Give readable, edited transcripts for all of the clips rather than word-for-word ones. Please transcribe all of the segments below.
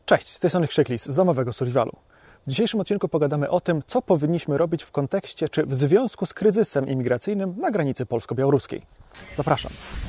Cześć, z tej strony Krzyklis z domowego Survivalu. W dzisiejszym odcinku pogadamy o tym, co powinniśmy robić w kontekście czy w związku z kryzysem imigracyjnym na granicy polsko-białoruskiej. Zapraszam.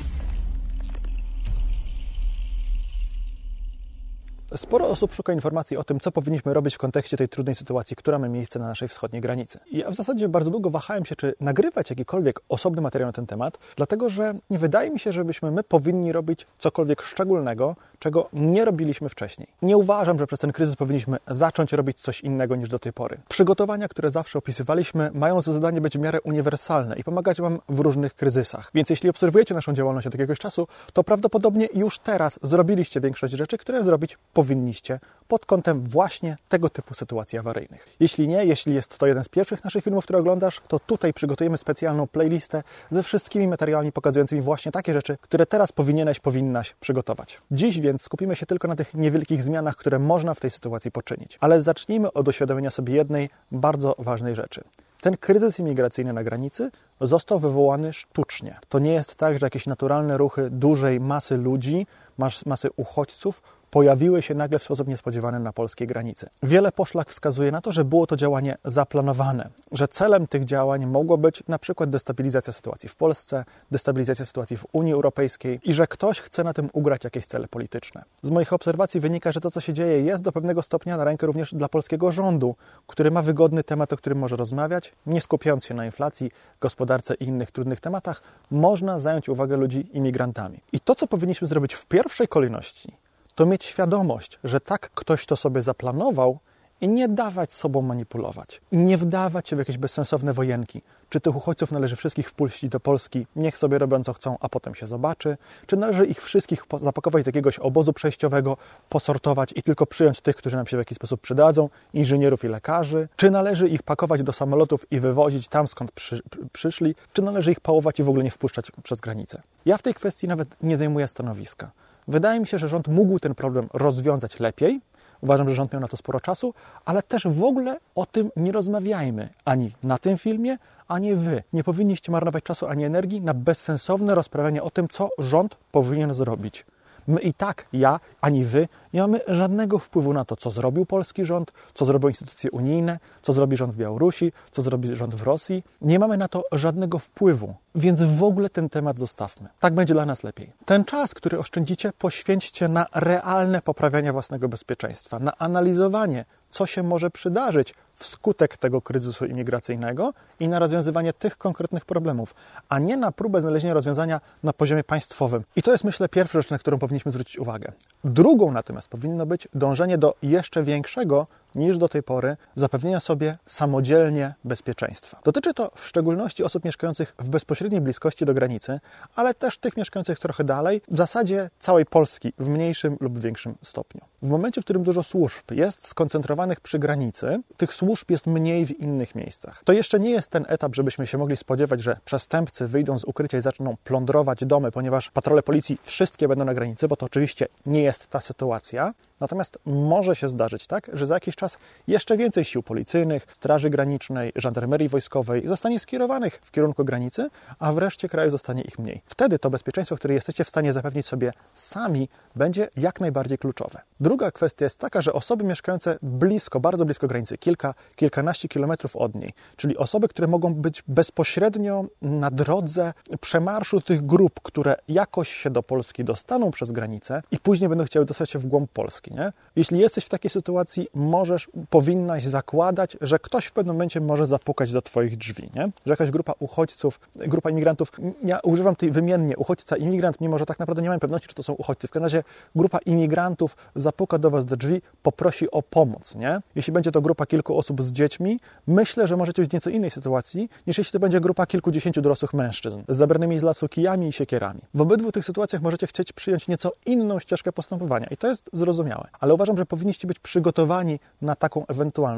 Sporo osób szuka informacji o tym, co powinniśmy robić w kontekście tej trudnej sytuacji, która ma miejsce na naszej wschodniej granicy. I ja w zasadzie bardzo długo wahałem się, czy nagrywać jakikolwiek osobny materiał na ten temat, dlatego że nie wydaje mi się, żebyśmy my powinni robić cokolwiek szczególnego, czego nie robiliśmy wcześniej. Nie uważam, że przez ten kryzys powinniśmy zacząć robić coś innego niż do tej pory. Przygotowania, które zawsze opisywaliśmy, mają za zadanie być w miarę uniwersalne i pomagać Wam w różnych kryzysach. Więc jeśli obserwujecie naszą działalność od jakiegoś czasu, to prawdopodobnie już teraz zrobiliście większość rzeczy, które zrobić powinniście pod kątem właśnie tego typu sytuacji awaryjnych. Jeśli nie, jeśli jest to jeden z pierwszych naszych filmów, które oglądasz, to tutaj przygotujemy specjalną playlistę ze wszystkimi materiałami pokazującymi właśnie takie rzeczy, które teraz powinnaś przygotować. Dziś więc skupimy się tylko na tych niewielkich zmianach, które można w tej sytuacji poczynić. Ale zacznijmy od uświadomienia sobie jednej bardzo ważnej rzeczy. Ten kryzys imigracyjny na granicy został wywołany sztucznie. To nie jest tak, że jakieś naturalne ruchy dużej masy ludzi, masy uchodźców pojawiły się nagle w sposób niespodziewany na polskiej granicy. Wiele poszlak wskazuje na to, że było to działanie zaplanowane, że celem tych działań mogło być na przykład destabilizacja sytuacji w Polsce, destabilizacja sytuacji w Unii Europejskiej i że ktoś chce na tym ugrać jakieś cele polityczne. Z moich obserwacji wynika, że to, co się dzieje, jest do pewnego stopnia na rękę również dla polskiego rządu, który ma wygodny temat, o którym może rozmawiać, nie skupiając się na inflacji, gospodarce i innych trudnych tematach, można zająć uwagę ludzi imigrantami. I to, co powinniśmy zrobić w pierwszej kolejności, to mieć świadomość, że tak ktoś to sobie zaplanował i nie dawać sobą manipulować. Nie wdawać się w jakieś bezsensowne wojenki. Czy tych uchodźców należy wszystkich wpuścić do Polski, niech sobie robią co chcą, a potem się zobaczy? Czy należy ich wszystkich zapakować do jakiegoś obozu przejściowego, posortować i tylko przyjąć tych, którzy nam się w jakiś sposób przydadzą, inżynierów i lekarzy? Czy należy ich pakować do samolotów i wywozić tam, skąd przyszli? Czy należy ich pałować i w ogóle nie wpuszczać przez granicę? Ja w tej kwestii nawet nie zajmuję stanowiska. Wydaje mi się, że rząd mógł ten problem rozwiązać lepiej. Uważam, że rząd miał na to sporo czasu, ale też w ogóle o tym nie rozmawiajmy. Ani na tym filmie, ani wy. Nie powinniście marnować czasu ani energii na bezsensowne rozprawianie o tym, co rząd powinien zrobić. My i tak, ja, ani wy, nie mamy żadnego wpływu na to, co zrobił polski rząd, co zrobią instytucje unijne, co zrobi rząd w Białorusi, co zrobi rząd w Rosji. Nie mamy na to żadnego wpływu, więc w ogóle ten temat zostawmy. Tak będzie dla nas lepiej. Ten czas, który oszczędzicie, poświęćcie na realne poprawianie własnego bezpieczeństwa, na analizowanie, co się może przydarzyć wskutek tego kryzysu imigracyjnego i na rozwiązywanie tych konkretnych problemów, a nie na próbę znalezienia rozwiązania na poziomie państwowym. I to jest, myślę, pierwsza rzecz, na którą powinniśmy zwrócić uwagę. Drugą natomiast powinno być dążenie do jeszcze większego niż do tej pory zapewnienia sobie samodzielnie bezpieczeństwa. Dotyczy to w szczególności osób mieszkających w bezpośredniej bliskości do granicy, ale też tych mieszkających trochę dalej, w zasadzie całej Polski w mniejszym lub większym stopniu. W momencie, w którym dużo służb jest skoncentrowanych przy granicy, tych służb jest mniej w innych miejscach. To jeszcze nie jest ten etap, żebyśmy się mogli spodziewać, że przestępcy wyjdą z ukrycia i zaczną plądrować domy, ponieważ patrole policji wszystkie będą na granicy, bo to oczywiście nie jest ta sytuacja. Natomiast może się zdarzyć tak, że za jakiś czas jeszcze więcej sił policyjnych, Straży Granicznej, Żandarmerii Wojskowej zostanie skierowanych w kierunku granicy, a w reszcie kraju zostanie ich mniej. Wtedy to bezpieczeństwo, które jesteście w stanie zapewnić sobie sami, będzie jak najbardziej kluczowe. Druga kwestia jest taka, że osoby mieszkające blisko, bardzo blisko granicy, kilkanaście kilometrów od niej, czyli osoby, które mogą być bezpośrednio na drodze przemarszu tych grup, które jakoś się do Polski dostaną przez granicę i później będą chciały dostać się w głąb Polski. Nie? Jeśli jesteś w takiej sytuacji, powinnaś zakładać, że ktoś w pewnym momencie może zapukać do twoich drzwi, nie? Że jakaś grupa uchodźców, grupa imigrantów, ja używam tej wymiennie uchodźca, imigrant, mimo że tak naprawdę nie mam pewności, czy to są uchodźcy. W każdym razie grupa imigrantów zapuka do was do drzwi, poprosi o pomoc, nie? Jeśli będzie to grupa kilku osób z dziećmi, myślę, że możecie być w nieco innej sytuacji, niż jeśli to będzie grupa kilkudziesięciu dorosłych mężczyzn z zabranymi z lasu kijami i siekierami. W obydwu tych sytuacjach możecie chcieć przyjąć nieco inną ścieżkę postępowania i to jest zrozumiałe. Ale uważam, że powinniście być przygotowani na taką ewentualność.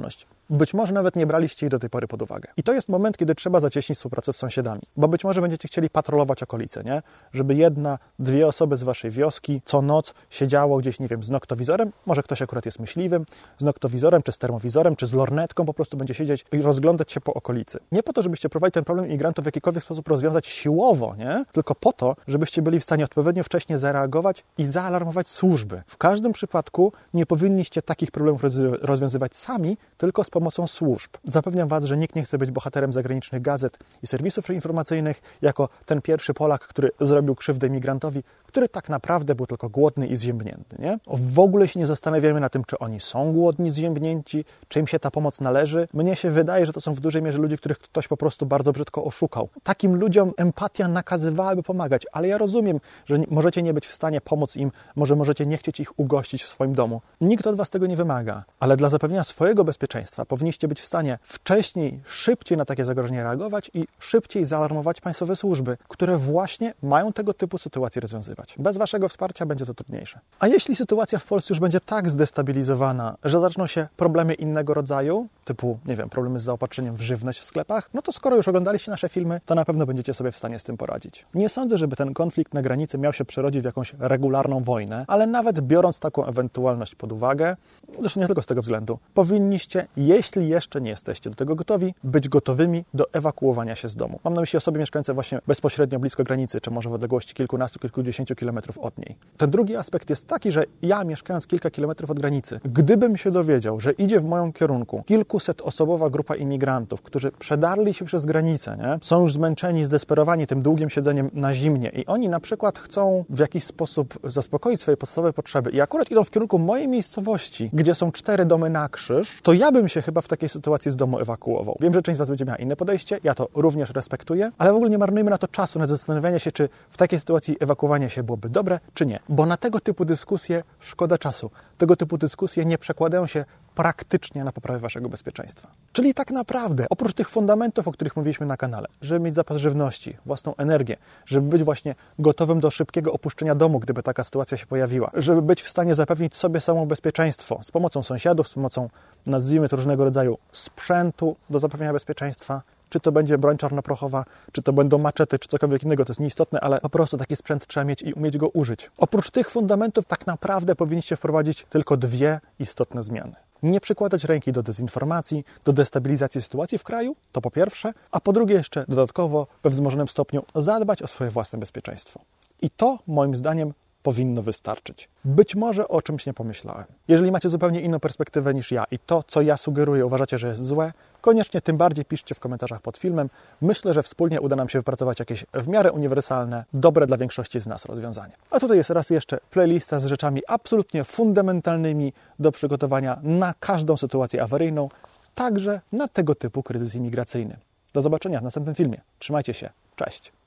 Być może nawet nie braliście ich do tej pory pod uwagę. I to jest moment, kiedy trzeba zacieśnić współpracę z sąsiadami, bo być może będziecie chcieli patrolować okolice, nie? Żeby jedna, dwie osoby z waszej wioski co noc siedziało gdzieś, nie wiem, z noktowizorem, może ktoś akurat jest myśliwym, z noktowizorem, czy z termowizorem, czy z lornetką, po prostu będzie siedzieć i rozglądać się po okolicy. Nie po to, żebyście próbowali ten problem imigrantów w jakikolwiek sposób rozwiązać siłowo, nie? Tylko po to, żebyście byli w stanie odpowiednio wcześnie zareagować i zaalarmować służby. W każdym przypadku nie powinniście takich problemów rozwiązywać sami, tylko z pomocą służb. Zapewniam was, że nikt nie chce być bohaterem zagranicznych gazet i serwisów informacyjnych jako ten pierwszy Polak, który zrobił krzywdę imigrantowi, który tak naprawdę był tylko głodny i zziębnięty, nie? W ogóle się nie zastanawiamy na tym, czy oni są głodni, zziębnięci, czy im się ta pomoc należy. Mnie się wydaje, że to są w dużej mierze ludzie, których ktoś po prostu bardzo brzydko oszukał. Takim ludziom empatia nakazywałaby pomagać, ale ja rozumiem, że możecie nie być w stanie pomóc im, może możecie nie chcieć ich ugościć w swoim domu. Nikt od was tego nie wymaga, ale dla zapewnienia swojego bezpieczeństwa powinniście być w stanie wcześniej, szybciej na takie zagrożenie reagować i szybciej zaalarmować państwowe służby, które właśnie mają tego typu sytuacje rozwiązywać. Bez waszego wsparcia będzie to trudniejsze. A jeśli sytuacja w Polsce już będzie tak zdestabilizowana, że zaczną się problemy innego rodzaju, typu, nie wiem, problemy z zaopatrzeniem w żywność w sklepach, no to skoro już oglądaliście nasze filmy, to na pewno będziecie sobie w stanie z tym poradzić. Nie sądzę, żeby ten konflikt na granicy miał się przerodzić w jakąś regularną wojnę, ale nawet biorąc taką ewentualność pod uwagę, zresztą nie tylko z tego względu, powinniście, jeśli jeszcze nie jesteście do tego gotowi, być gotowymi do ewakuowania się z domu. Mam na myśli osoby mieszkające właśnie bezpośrednio blisko granicy, czy może w odległości kilkunastu, kilkudziesięciu kilometrów od niej. Ten drugi aspekt jest taki, że ja, mieszkając kilka kilometrów od granicy, gdybym się dowiedział, że idzie w moim kierunku kilkusetosobowa grupa imigrantów, którzy przedarli się przez granicę, nie? Są już zmęczeni, zdesperowani tym długim siedzeniem na zimnie i oni na przykład chcą w jakiś sposób zaspokoić swoje podstawowe potrzeby i akurat idą w kierunku mojej miejscowości, gdzie są 4 domy na krzyż, to ja bym się chyba w takiej sytuacji z domu ewakuował. Wiem, że część z was będzie miała inne podejście, ja to również respektuję, ale w ogóle nie marnujmy na to czasu, na zastanawianie się, czy w takiej sytuacji ewakuowanie się byłoby dobre, czy nie. Bo na tego typu dyskusje szkoda czasu. Tego typu dyskusje nie przekładają się praktycznie na poprawę waszego bezpieczeństwa. Czyli tak naprawdę, oprócz tych fundamentów, o których mówiliśmy na kanale, żeby mieć zapas żywności, własną energię, żeby być właśnie gotowym do szybkiego opuszczenia domu, gdyby taka sytuacja się pojawiła, żeby być w stanie zapewnić sobie samo bezpieczeństwo z pomocą sąsiadów, z pomocą, nazwijmy to, różnego rodzaju sprzętu do zapewnienia bezpieczeństwa, czy to będzie broń czarnoprochowa, czy to będą maczety, czy cokolwiek innego, to jest nieistotne, ale po prostu taki sprzęt trzeba mieć i umieć go użyć. Oprócz tych fundamentów tak naprawdę powinniście wprowadzić tylko 2 istotne zmiany. Nie przykładać ręki do dezinformacji, do destabilizacji sytuacji w kraju, to po pierwsze, a po drugie jeszcze dodatkowo we wzmożonym stopniu zadbać o swoje własne bezpieczeństwo. I to moim zdaniem powinno wystarczyć. Być może o czymś nie pomyślałem. Jeżeli macie zupełnie inną perspektywę niż ja i to, co ja sugeruję, uważacie, że jest złe, koniecznie tym bardziej piszcie w komentarzach pod filmem. Myślę, że wspólnie uda nam się wypracować jakieś w miarę uniwersalne, dobre dla większości z nas rozwiązanie. A tutaj jest raz jeszcze playlista z rzeczami absolutnie fundamentalnymi do przygotowania na każdą sytuację awaryjną, także na tego typu kryzys imigracyjny. Do zobaczenia w następnym filmie. Trzymajcie się. Cześć.